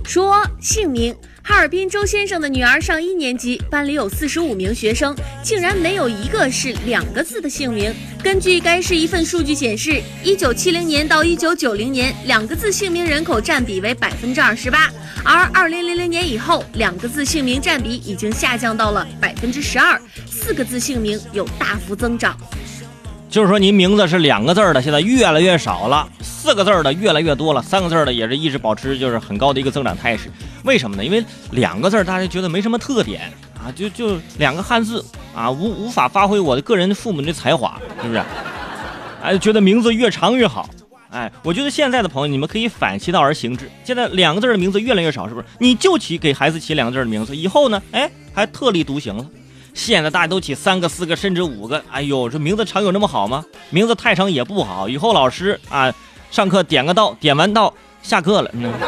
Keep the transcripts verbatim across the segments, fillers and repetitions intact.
说姓名，哈尔滨周先生的女儿上一年级，班里有四十五名学生，竟然没有一个是两个字的姓名。根据该市一份数据显示，一九七零年到一九九零年，两个字姓名人口占比为百分之二十八，而二零零零年以后，两个字姓名占比已经下降到了百分之十二，四个字姓名有大幅增长。 就是说您名字是两个字的现在越来越少了，四个字的越来越多了，三个字的也是一直保持就是很高的一个增长态势。为什么呢？因为两个字大家觉得没什么特点啊，就就两个汉字啊，无无法发挥我的个人父母的才华，是不是？哎，觉得名字越长越好。哎，我觉得现在的朋友你们可以反其道而行之，现在两个字的名字越来越少，是不是？你就起给孩子起两个字的名字，以后呢，哎，还特立独行了。现在大家都起三个、四个，甚至五个。哎呦，这名字长有那么好吗？名字太长也不好，以后老师啊，上课点个到，点完到下课了。嗯、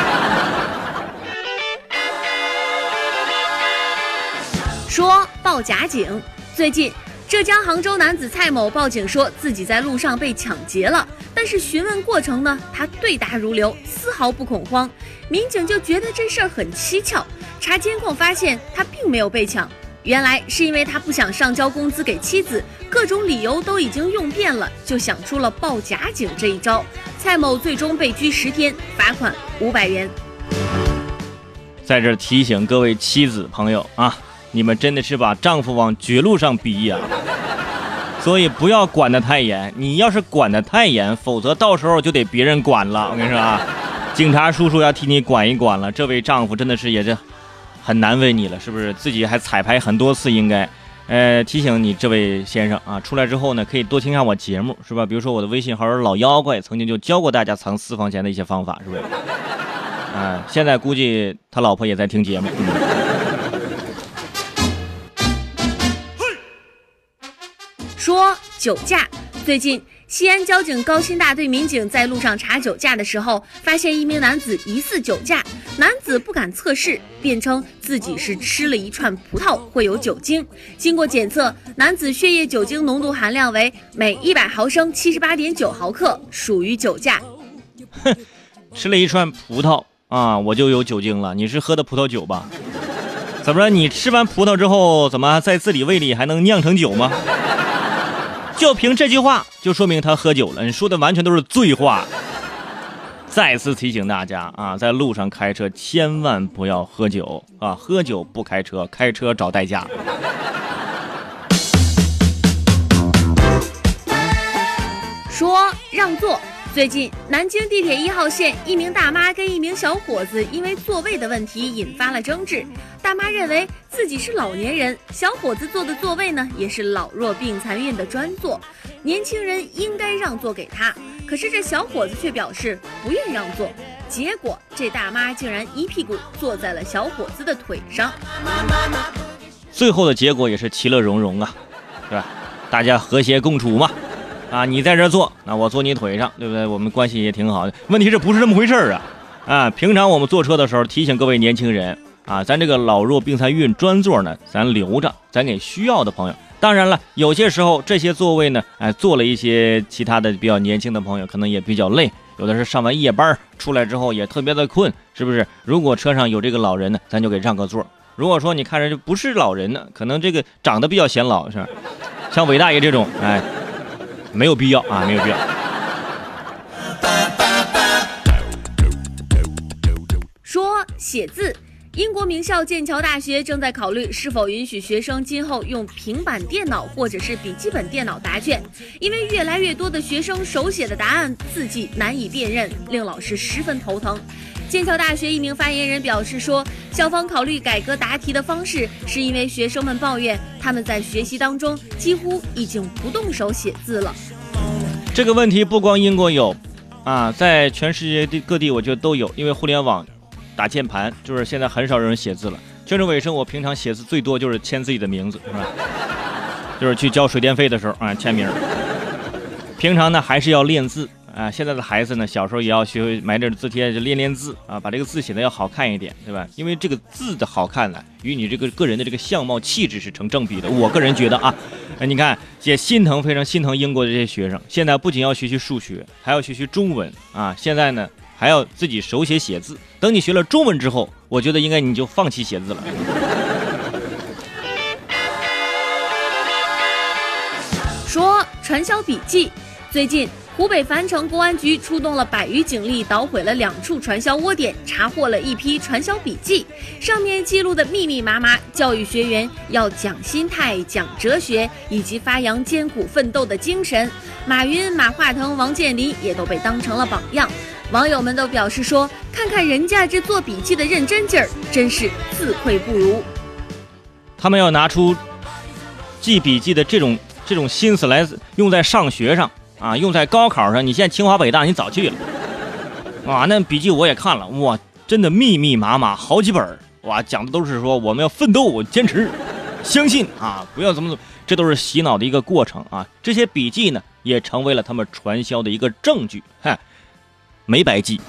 说报假警，最近浙江杭州男子蔡某报警说自己在路上被抢劫了，但是询问过程呢，他对答如流，丝毫不恐慌。民警就觉得这事儿很蹊跷，查监控发现他并没有被抢。原来是因为他不想上交工资给妻子，各种理由都已经用遍了，就想出了报假警这一招。蔡某最终被拘十天，罚款五百元。 在这提醒各位妻子朋友啊，你们真的是把丈夫往绝路上逼呀、啊！所以不要管得太严，你要是管得太严，否则到时候就得别人管了。我跟你说啊，警察叔叔要替你管一管了。这位丈夫真的是也是很难为你了，是不是？自己还彩排很多次，应该，呃，提醒你这位先生啊，出来之后呢，可以多听看我节目，是吧？比如说我的微信号老妖怪，曾经就教过大家藏私房钱的一些方法，是不是？啊、呃，现在估计他老婆也在听节目。 说酒驾，最近西安交警高新大队民警在路上查酒驾的时候，发现一名男子疑似酒驾，男子不敢测试，辩称自己是吃了一串葡萄会有酒精。经过检测，男子血液酒精浓度含量为每一百毫升 七十八点九毫克，属于酒驾。 哼，吃了一串葡萄啊，我就有酒精了。你是喝的葡萄酒吧？怎么着？你吃完葡萄之后，怎么在自己胃里还能酿成酒吗？就凭这句话就说明他喝酒了，你说的完全都是醉话。再次提醒大家啊，在路上开车千万不要喝酒啊，喝酒不开车，开车找代驾。 说让座，最近南京地铁一号线一名大妈跟一名小伙子因为座位的问题引发了争执。大妈认为自己是老年人，小伙子坐的座位呢也是老弱病残孕的专座，年轻人应该让座给他。可是这小伙子却表示不愿让座，结果这大妈竟然一屁股坐在了小伙子的腿上。 最后的结果也是其乐融融啊，是吧？大家和谐共处嘛。啊，你在这坐，那我坐你腿上，对不对？我们关系也挺好的。问题是不是这么回事啊？啊，平常我们坐车的时候提醒各位年轻人啊，咱这个老弱病残孕专座呢，咱留着，咱给需要的朋友。当然了，有些时候这些座位呢，哎，坐了一些其他的比较年轻的朋友，可能也比较累，有的是上完夜班出来之后也特别的困，是不是？如果车上有这个老人呢，咱就给让个座。如果说你看着就不是老人呢，可能这个长得比较显老，是吧？像伟大爷这种，哎。没有必要啊，没有必要。 说写字，英国名校剑桥大学正在考虑是否允许学生今后用平板电脑或者是笔记本电脑答卷，因为越来越多的学生手写的答案字迹难以辨认，令老师十分头疼。剑桥大学一名发言人表示说，校方考虑改革答题的方式，是因为学生们抱怨他们在学习当中几乎已经不动手写字了。 这个问题不光英国有啊，在全世界各地我觉得都有，因为互联网打键盘，就是现在很少有人写字了。卷轴尾声，我平常写字最多就是签自己的名字，是吧？就是去交水电费的时候啊，签名。平常呢还是要练字啊，现在的孩子呢，小时候也要学会买点字帖，就练练字啊，把这个字写的要好看一点，对吧？因为这个字的好看呢，与你这个个人的这个相貌气质是成正比的。我个人觉得啊，你看也心疼，非常心疼英国的这些学生，现在不仅要学习数学，还要学习中文啊。现在呢， 还要自己手写写字。等你学了中文之后，我觉得应该你就放弃写字了。 说传销笔记，最近湖北樊城公安局出动了百余警力，捣毁了两处传销窝点，查获了一批传销笔记，上面记录的密密麻麻，教育学员要讲心态、讲哲学，以及发扬艰苦奋斗的精神。马云、马化腾、王健林也都被当成了榜样。网友们都表示说，看看人家这做笔记的认真劲儿，真是自愧不如。 他们要拿出记笔记的这种这种心思来用在上学上啊，用在高考上。你现在清华北大你早去了啊，那笔记我也看了，哇，真的密密麻麻好几本，哇，讲的都是说我们要奋斗、坚持、相信啊，不要怎么怎么，这都是洗脑的一个过程啊。这些笔记呢，也成为了他们传销的一个证据，嗨，没白记。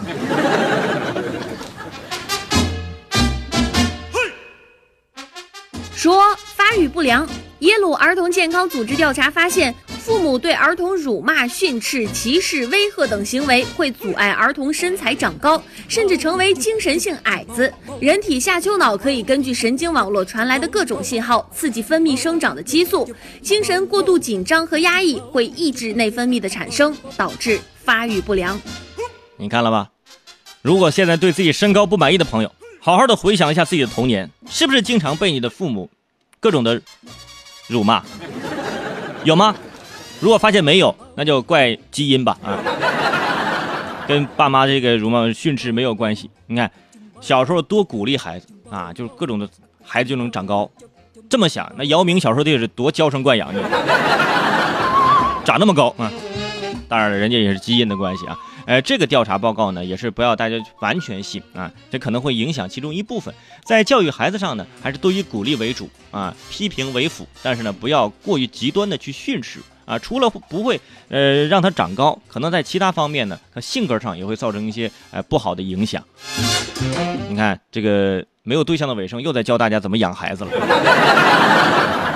说发育不良，耶鲁儿童健康组织调查发现，父母对儿童辱骂、训斥、歧视、威吓等行为会阻碍儿童身材长高，甚至成为精神性矮子。人体下丘脑可以根据神经网络传来的各种信号，刺激分泌生长的激素。精神过度紧张和压抑会抑制内分泌的产生，导致发育不良。 你看了吧？如果现在对自己身高不满意的朋友，好好的回想一下自己的童年，是不是经常被你的父母各种的辱骂？有吗？如果发现没有，那就怪基因吧啊，跟爸妈这个辱骂训斥没有关系。你看，小时候多鼓励孩子啊，就是各种的孩子就能长高。这么想，那姚明小时候得是多娇生惯养的，长那么高啊。当然了，人家也是基因的关系啊。呃，这个调查报告呢，也是不要大家完全信啊，这可能会影响其中一部分。在教育孩子上呢，还是都以鼓励为主啊，批评为辅，但是呢，不要过于极端的去训斥啊。除了不会呃让他长高，可能在其他方面呢，他性格上也会造成一些呃不好的影响。你看这个没有对象的尾声，又在教大家怎么养孩子了。